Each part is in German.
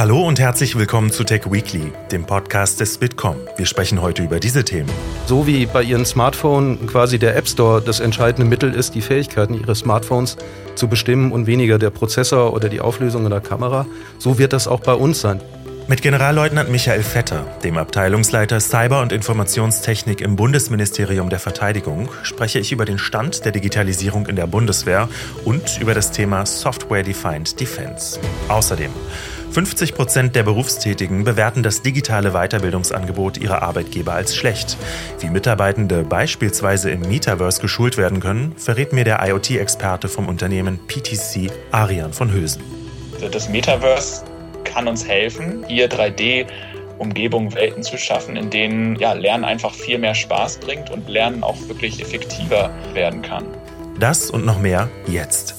Hallo und herzlich willkommen zu Tech Weekly, dem Podcast des Bitkom. Wir sprechen heute über diese Themen. So wie bei Ihren Smartphone quasi der App Store das entscheidende Mittel ist, die Fähigkeiten Ihres Smartphones zu bestimmen und weniger der Prozessor oder die Auflösung in der Kamera, so wird das auch bei uns sein. Mit Generalleutnant Michael Vetter, dem Abteilungsleiter Cyber- und Informationstechnik im Bundesministerium der Verteidigung, spreche ich über den Stand der Digitalisierung in der Bundeswehr und über das Thema Software-Defined Defense. Außerdem 50% der Berufstätigen bewerten das digitale Weiterbildungsangebot ihrer Arbeitgeber als schlecht. Wie Mitarbeitende beispielsweise im Metaverse geschult werden können, verrät mir der IoT-Experte vom Unternehmen PTC, Arian von Hülsen. Das Metaverse kann uns helfen, hier 3D-Umgebungen, Welten zu schaffen, in denen Lernen einfach viel mehr Spaß bringt und Lernen auch wirklich effektiver werden kann. Das und noch mehr jetzt.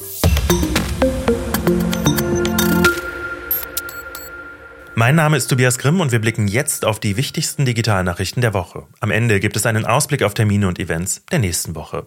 Mein Name ist Tobias Grimm und wir blicken jetzt auf die wichtigsten Digitalnachrichten der Woche. Am Ende gibt es einen Ausblick auf Termine und Events der nächsten Woche.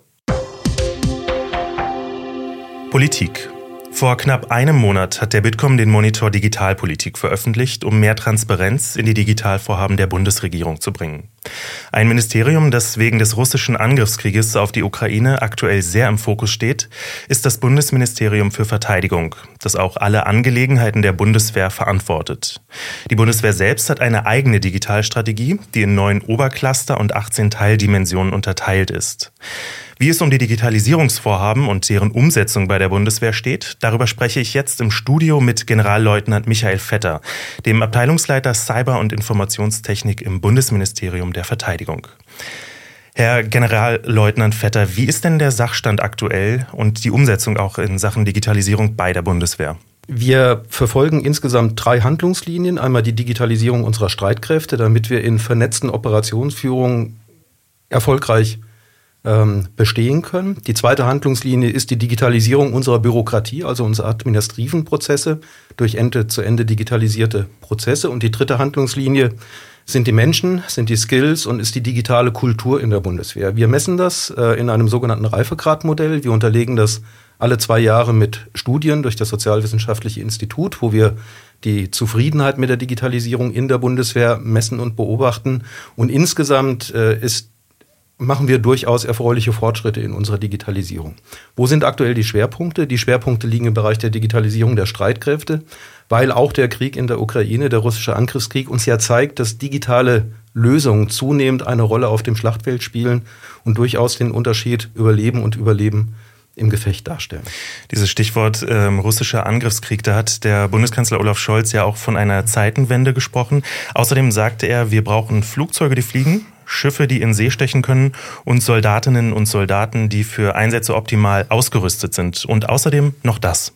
Politik. Vor knapp einem Monat hat der Bitkom den Monitor Digitalpolitik veröffentlicht, um mehr Transparenz in die Digitalvorhaben der Bundesregierung zu bringen. Ein Ministerium, das wegen des russischen Angriffskrieges auf die Ukraine aktuell sehr im Fokus steht, ist das Bundesministerium für Verteidigung, das auch alle Angelegenheiten der Bundeswehr verantwortet. Die Bundeswehr selbst hat eine eigene Digitalstrategie, die in 9 Obercluster und 18 Teildimensionen unterteilt ist. Wie es um die Digitalisierungsvorhaben und deren Umsetzung bei der Bundeswehr steht, darüber spreche ich jetzt im Studio mit Generalleutnant Michael Vetter, dem Abteilungsleiter Cyber- und Informationstechnik im Bundesministerium der Verteidigung. Herr Generalleutnant Vetter, wie ist denn der Sachstand aktuell und die Umsetzung auch in Sachen Digitalisierung bei der Bundeswehr? Wir verfolgen insgesamt 3 Handlungslinien. Einmal die Digitalisierung unserer Streitkräfte, damit wir in vernetzten Operationsführungen erfolgreich bestehen können. Die zweite Handlungslinie ist die Digitalisierung unserer Bürokratie, also unserer administrativen Prozesse, durch Ende-zu-Ende digitalisierte Prozesse. Und die dritte Handlungslinie sind die Menschen, sind die Skills und ist die digitale Kultur in der Bundeswehr. Wir messen das in einem sogenannten Reifegradmodell. Wir unterlegen das alle 2 Jahre mit Studien durch das Sozialwissenschaftliche Institut, wo wir die Zufriedenheit mit der Digitalisierung in der Bundeswehr messen und beobachten. Und insgesamt machen wir durchaus erfreuliche Fortschritte in unserer Digitalisierung. Wo sind aktuell die Schwerpunkte? Die Schwerpunkte liegen im Bereich der Digitalisierung der Streitkräfte, weil auch der Krieg in der Ukraine, der russische Angriffskrieg, uns ja zeigt, dass digitale Lösungen zunehmend eine Rolle auf dem Schlachtfeld spielen und durchaus den Unterschied über Leben und Überleben im Gefecht darstellen. Dieses Stichwort russischer Angriffskrieg, da hat der Bundeskanzler Olaf Scholz ja auch von einer Zeitenwende gesprochen. Außerdem sagte er, wir brauchen Flugzeuge, die fliegen, Schiffe, die in See stechen können und Soldatinnen und Soldaten, die für Einsätze optimal ausgerüstet sind. Und außerdem noch das.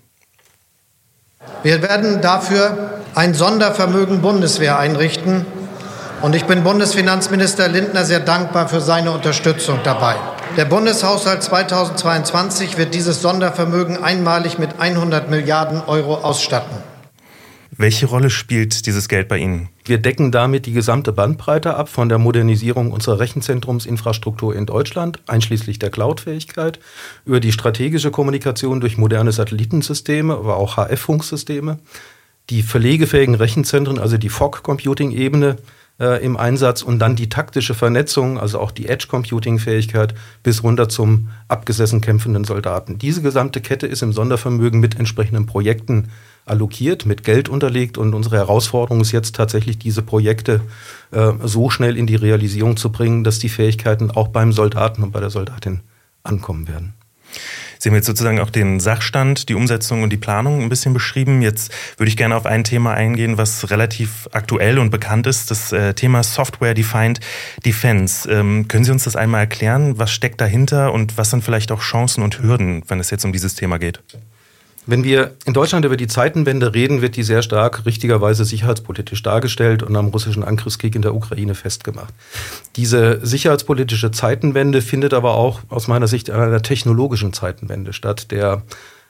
Wir werden dafür ein Sondervermögen Bundeswehr einrichten. Und ich bin Bundesfinanzminister Lindner sehr dankbar für seine Unterstützung dabei. Der Bundeshaushalt 2022 wird dieses Sondervermögen einmalig mit 100 Milliarden Euro ausstatten. Welche Rolle spielt dieses Geld bei Ihnen? Wir decken damit die gesamte Bandbreite ab, von der Modernisierung unserer Rechenzentrumsinfrastruktur in Deutschland, einschließlich der Cloud-Fähigkeit, über die strategische Kommunikation durch moderne Satellitensysteme, aber auch HF-Funksysteme, die verlegefähigen Rechenzentren, also die Fog-Computing-Ebene im Einsatz und dann die taktische Vernetzung, also auch die Edge-Computing-Fähigkeit bis runter zum abgesessen kämpfenden Soldaten. Diese gesamte Kette ist im Sondervermögen mit entsprechenden Projekten allokiert, mit Geld unterlegt und unsere Herausforderung ist jetzt tatsächlich, diese Projekte so schnell in die Realisierung zu bringen, dass die Fähigkeiten auch beim Soldaten und bei der Soldatin ankommen werden. Sie haben jetzt sozusagen auch den Sachstand, die Umsetzung und die Planung ein bisschen beschrieben. Jetzt würde ich gerne auf ein Thema eingehen, was relativ aktuell und bekannt ist, das Thema Software-Defined Defense. Können Sie uns das einmal erklären? Was steckt dahinter und was sind vielleicht auch Chancen und Hürden, wenn es jetzt um dieses Thema geht? Wenn wir in Deutschland über die Zeitenwende reden, wird die sehr stark richtigerweise sicherheitspolitisch dargestellt und am russischen Angriffskrieg in der Ukraine festgemacht. Diese sicherheitspolitische Zeitenwende findet aber auch aus meiner Sicht an einer technologischen Zeitenwende statt. Der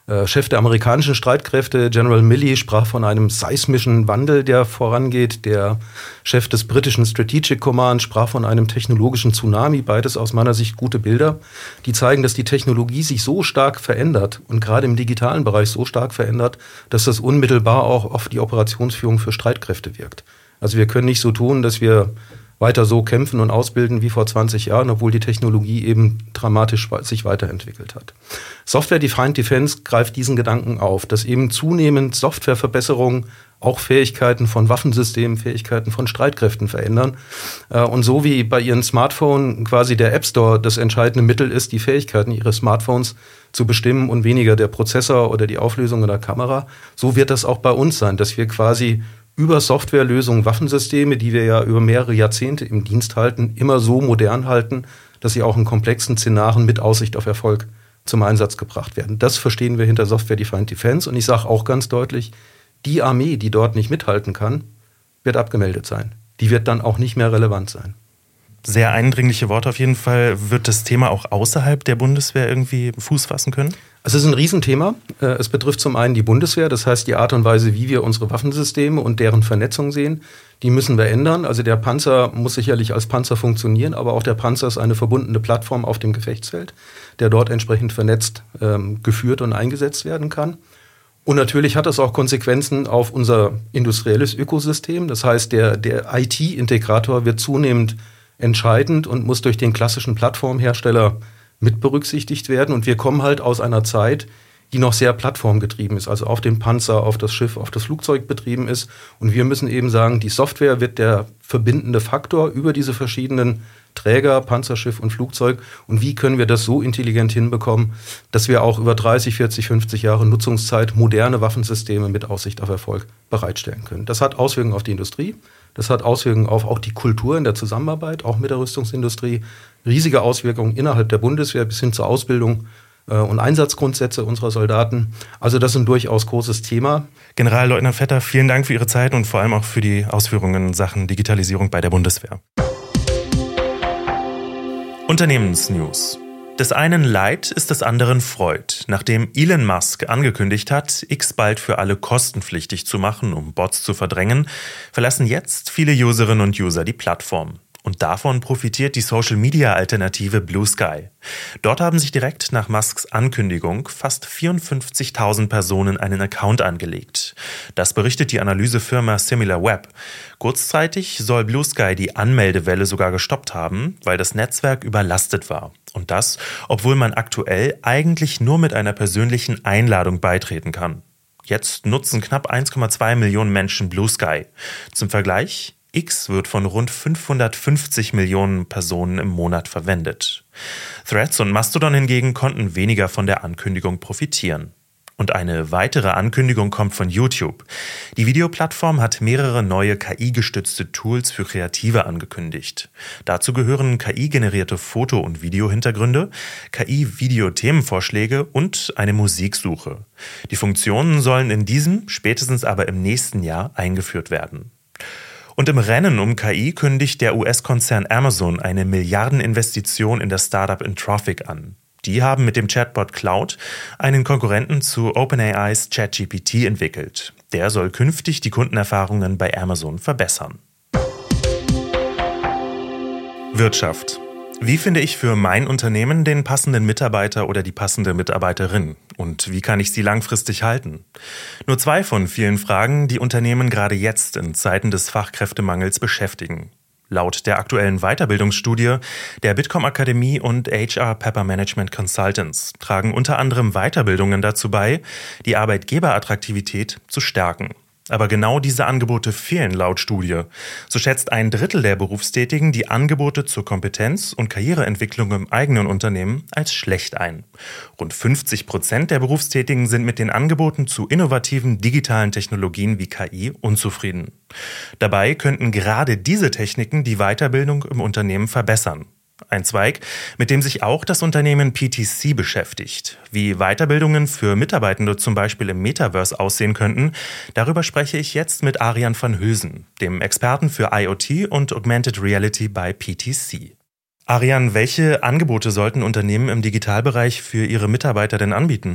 Chef der amerikanischen Streitkräfte, General Milley, sprach von einem seismischen Wandel, der vorangeht. Der Chef des britischen Strategic Command sprach von einem technologischen Tsunami. Beides aus meiner Sicht gute Bilder, die zeigen, dass die Technologie sich so stark verändert und gerade im digitalen Bereich so stark verändert, dass das unmittelbar auch auf die Operationsführung für Streitkräfte wirkt. Also wir können nicht so tun, dass wir weiter so kämpfen und ausbilden wie vor 20 Jahren, obwohl die Technologie eben dramatisch sich weiterentwickelt hat. Software-Defined Defense greift diesen Gedanken auf, dass eben zunehmend Softwareverbesserungen auch Fähigkeiten von Waffensystemen, Fähigkeiten von Streitkräften verändern. Und so wie bei Ihren Smartphones quasi der App Store das entscheidende Mittel ist, die Fähigkeiten Ihres Smartphones zu bestimmen und weniger der Prozessor oder die Auflösung der Kamera, so wird das auch bei uns sein, dass wir quasi über Softwarelösungen, Waffensysteme, die wir ja über mehrere Jahrzehnte im Dienst halten, immer so modern halten, dass sie auch in komplexen Szenarien mit Aussicht auf Erfolg zum Einsatz gebracht werden. Das verstehen wir hinter Software-Defined Defense. Und ich sage auch ganz deutlich, die Armee, die dort nicht mithalten kann, wird abgemeldet sein. Die wird dann auch nicht mehr relevant sein. Sehr eindringliche Worte auf jeden Fall. Wird das Thema auch außerhalb der Bundeswehr irgendwie Fuß fassen können? Es ist ein Riesenthema. Es betrifft zum einen die Bundeswehr, das heißt die Art und Weise, wie wir unsere Waffensysteme und deren Vernetzung sehen, die müssen wir ändern. Also der Panzer muss sicherlich als Panzer funktionieren, aber auch der Panzer ist eine verbundene Plattform auf dem Gefechtsfeld, der dort entsprechend vernetzt geführt und eingesetzt werden kann. Und natürlich hat das auch Konsequenzen auf unser industrielles Ökosystem. Das heißt, der IT-Integrator wird zunehmend entscheidend und muss durch den klassischen Plattformhersteller mit berücksichtigt werden. Und wir kommen halt aus einer Zeit, die noch sehr plattformgetrieben ist, also auf den Panzer, auf das Schiff, auf das Flugzeug betrieben ist. Und wir müssen eben sagen, die Software wird der verbindende Faktor über diese verschiedenen Träger, Panzerschiff und Flugzeug. Und wie können wir das so intelligent hinbekommen, dass wir auch über 30, 40, 50 Jahre Nutzungszeit moderne Waffensysteme mit Aussicht auf Erfolg bereitstellen können. Das hat Auswirkungen auf die Industrie. Das hat Auswirkungen auf auch die Kultur in der Zusammenarbeit, auch mit der Rüstungsindustrie. Riesige Auswirkungen innerhalb der Bundeswehr bis hin zur Ausbildung und Einsatzgrundsätze unserer Soldaten. Also das ist ein durchaus großes Thema. Generalleutnant Vetter, vielen Dank für Ihre Zeit und vor allem auch für die Ausführungen in Sachen Digitalisierung bei der Bundeswehr. Unternehmensnews. Des einen Leid ist des anderen Freud. Nachdem Elon Musk angekündigt hat, X bald für alle kostenpflichtig zu machen, um Bots zu verdrängen, verlassen jetzt viele Userinnen und User die Plattform. Und davon profitiert die Social-Media-Alternative Blue Sky. Dort haben sich direkt nach Musks Ankündigung fast 54.000 Personen einen Account angelegt. Das berichtet die Analysefirma SimilarWeb. Kurzzeitig soll Blue Sky die Anmeldewelle sogar gestoppt haben, weil das Netzwerk überlastet war. Und das, obwohl man aktuell eigentlich nur mit einer persönlichen Einladung beitreten kann. Jetzt nutzen knapp 1,2 Millionen Menschen Blue Sky. Zum Vergleich: X wird von rund 550 Millionen Personen im Monat verwendet. Threads und Mastodon hingegen konnten weniger von der Ankündigung profitieren. Und eine weitere Ankündigung kommt von YouTube. Die Videoplattform hat mehrere neue KI-gestützte Tools für Kreative angekündigt. Dazu gehören KI-generierte Foto- und Videohintergründe, KI-Video-Themenvorschläge und eine Musiksuche. Die Funktionen sollen in diesem, spätestens aber im nächsten Jahr eingeführt werden. Und im Rennen um KI kündigt der US-Konzern Amazon eine Milliardeninvestition in das Startup Anthropic an. Die haben mit dem Chatbot Cloud einen Konkurrenten zu OpenAIs ChatGPT entwickelt. Der soll künftig die Kundenerfahrungen bei Amazon verbessern. Wirtschaft. Wie finde ich für mein Unternehmen den passenden Mitarbeiter oder die passende Mitarbeiterin? Und wie kann ich sie langfristig halten? Nur 2 von vielen Fragen, die Unternehmen gerade jetzt in Zeiten des Fachkräftemangels beschäftigen. Laut der aktuellen Weiterbildungsstudie der Bitkom Akademie und HR Pepper Management Consultants tragen unter anderem Weiterbildungen dazu bei, die Arbeitgeberattraktivität zu stärken. Aber genau diese Angebote fehlen laut Studie. So schätzt 1/3 der Berufstätigen die Angebote zur Kompetenz- und Karriereentwicklung im eigenen Unternehmen als schlecht ein. Rund 50% der Berufstätigen sind mit den Angeboten zu innovativen digitalen Technologien wie KI unzufrieden. Dabei könnten gerade diese Techniken die Weiterbildung im Unternehmen verbessern. Ein Zweig, mit dem sich auch das Unternehmen PTC beschäftigt. Wie Weiterbildungen für Mitarbeitende zum Beispiel im Metaverse aussehen könnten, darüber spreche ich jetzt mit Arian van Hülsen, dem Experten für IoT und Augmented Reality bei PTC. Arian, welche Angebote sollten Unternehmen im Digitalbereich für ihre Mitarbeiter denn anbieten?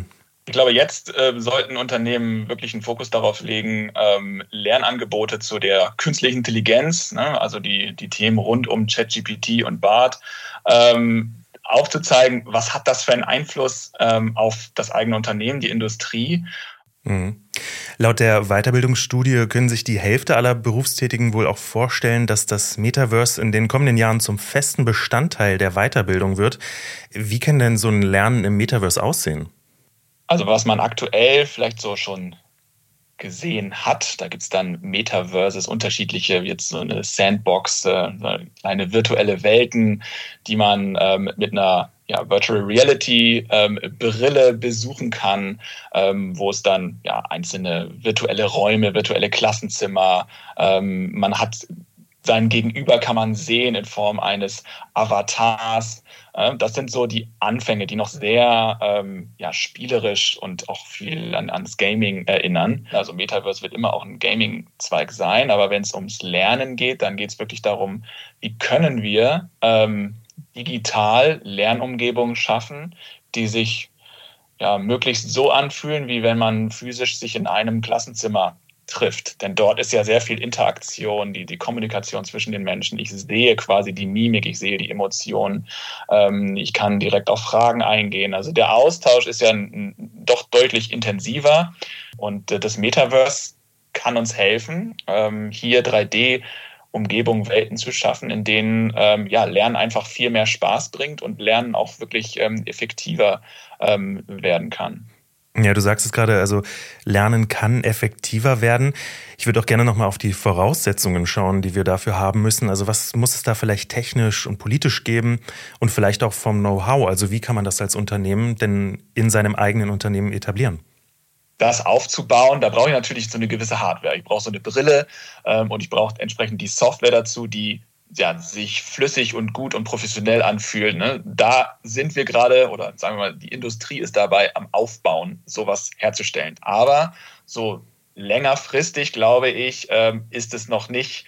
Ich glaube, jetzt sollten Unternehmen wirklich einen Fokus darauf legen, Lernangebote zu der künstlichen Intelligenz, ne, also die Themen rund um ChatGPT und Bard, aufzuzeigen, was hat das für einen Einfluss auf das eigene Unternehmen, die Industrie. Mhm. Laut der Weiterbildungsstudie können sich die Hälfte aller Berufstätigen wohl auch vorstellen, dass das Metaverse in den kommenden Jahren zum festen Bestandteil der Weiterbildung wird. Wie kann denn so ein Lernen im Metaverse aussehen? Also was man aktuell vielleicht so schon gesehen hat, da gibt es dann Metaverses, unterschiedliche, jetzt so eine Sandbox, kleine virtuelle Welten, die man mit einer Virtual Reality Brille besuchen kann, wo es dann einzelne virtuelle Räume, virtuelle Klassenzimmer, man hat sein Gegenüber kann man sehen in Form eines Avatars. Das sind so die Anfänge, die noch sehr spielerisch und auch viel ans Gaming erinnern. Also Metaverse wird immer auch ein Gaming-Zweig sein, aber wenn es ums Lernen geht, dann geht es wirklich darum, wie können wir digital Lernumgebungen schaffen, die sich möglichst so anfühlen, wie wenn man physisch sich in einem Klassenzimmer trifft. Denn dort ist ja sehr viel Interaktion, die Kommunikation zwischen den Menschen. Ich sehe quasi die Mimik, ich sehe die Emotionen. Ich kann direkt auf Fragen eingehen. Also der Austausch ist ja doch deutlich intensiver. Und das Metaverse kann uns helfen, hier 3D-Umgebungen, Welten zu schaffen, in denen Lernen einfach viel mehr Spaß bringt und Lernen auch wirklich effektiver werden kann. Ja, du sagst es gerade, also Lernen kann effektiver werden. Ich würde auch gerne nochmal auf die Voraussetzungen schauen, die wir dafür haben müssen. Also was muss es da vielleicht technisch und politisch geben und vielleicht auch vom Know-how? Also wie kann man das als Unternehmen denn in seinem eigenen Unternehmen etablieren? Das aufzubauen, da brauche ich natürlich so eine gewisse Hardware. Ich brauche so eine Brille und ich brauche entsprechend die Software dazu, die sich flüssig und gut und professionell anfühlt. Ne? Da sind wir gerade, oder sagen wir mal, die Industrie ist dabei am Aufbauen, sowas herzustellen. Aber so längerfristig, glaube ich, ist es noch nicht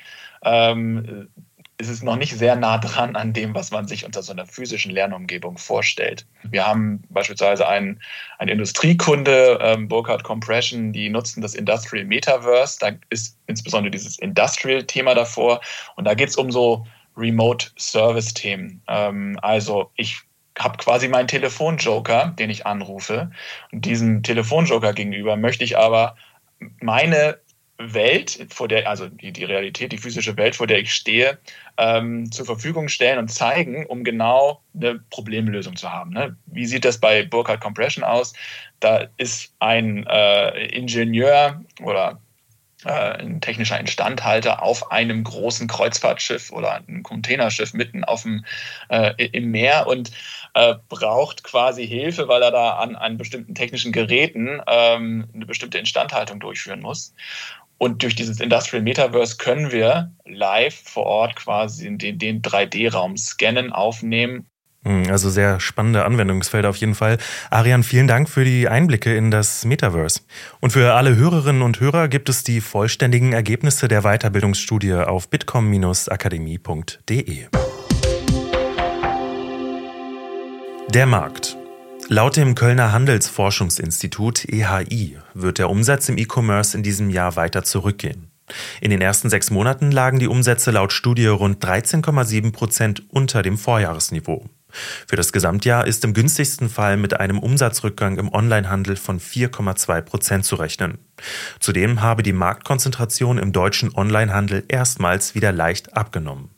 sehr nah dran an dem, was man sich unter so einer physischen Lernumgebung vorstellt. Wir haben beispielsweise einen Industriekunde, Burkhardt Compression, die nutzen das Industrial Metaverse. Da ist insbesondere dieses Industrial-Thema davor. Und da geht es um so Remote-Service-Themen. Also ich habe quasi meinen Telefonjoker, den ich anrufe. Und diesem Telefonjoker gegenüber möchte ich aber meine Welt, also die Realität, die physische Welt, vor der ich stehe, zur Verfügung stellen und zeigen, um genau eine Problemlösung zu haben. Ne? Wie sieht das bei Burkhardt Compression aus? Da ist ein Ingenieur oder ein technischer Instandhalter auf einem großen Kreuzfahrtschiff oder einem Containerschiff mitten im Meer und braucht quasi Hilfe, weil er da an bestimmten technischen Geräten eine bestimmte Instandhaltung durchführen muss. Und durch dieses Industrial Metaverse können wir live vor Ort quasi den 3D-Raum scannen, aufnehmen. Also sehr spannende Anwendungsfelder auf jeden Fall. Arian, vielen Dank für die Einblicke in das Metaverse. Und für alle Hörerinnen und Hörer gibt es die vollständigen Ergebnisse der Weiterbildungsstudie auf bitkom-akademie.de. Der Markt. Laut dem Kölner Handelsforschungsinstitut EHI wird der Umsatz im E-Commerce in diesem Jahr weiter zurückgehen. In den ersten 6 Monaten lagen die Umsätze laut Studie rund 13,7% unter dem Vorjahresniveau. Für das Gesamtjahr ist im günstigsten Fall mit einem Umsatzrückgang im Onlinehandel von 4,2% zu rechnen. Zudem habe die Marktkonzentration im deutschen Onlinehandel erstmals wieder leicht abgenommen.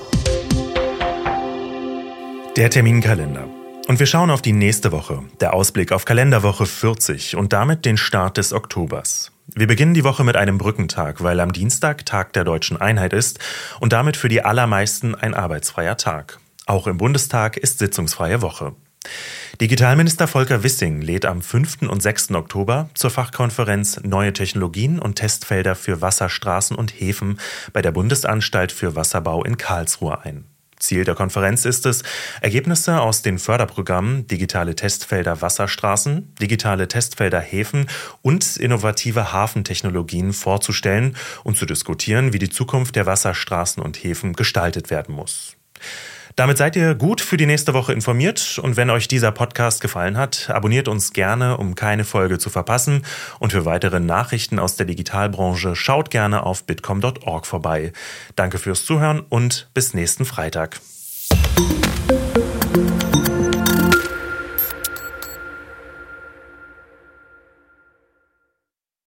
Der Terminkalender. Und wir schauen auf die nächste Woche, der Ausblick auf Kalenderwoche 40 und damit den Start des Oktobers. Wir beginnen die Woche mit einem Brückentag, weil am Dienstag Tag der Deutschen Einheit ist und damit für die allermeisten ein arbeitsfreier Tag. Auch im Bundestag ist sitzungsfreie Woche. Digitalminister Volker Wissing lädt am 5. und 6. Oktober zur Fachkonferenz Neue Technologien und Testfelder für Wasserstraßen und Häfen bei der Bundesanstalt für Wasserbau in Karlsruhe ein. Ziel der Konferenz ist es, Ergebnisse aus den Förderprogrammen Digitale Testfelder Wasserstraßen, Digitale Testfelder Häfen und innovative Hafentechnologien vorzustellen und zu diskutieren, wie die Zukunft der Wasserstraßen und Häfen gestaltet werden muss. Damit seid ihr gut für die nächste Woche informiert und wenn euch dieser Podcast gefallen hat, abonniert uns gerne, um keine Folge zu verpassen und für weitere Nachrichten aus der Digitalbranche schaut gerne auf bitkom.org vorbei. Danke fürs Zuhören und bis nächsten Freitag.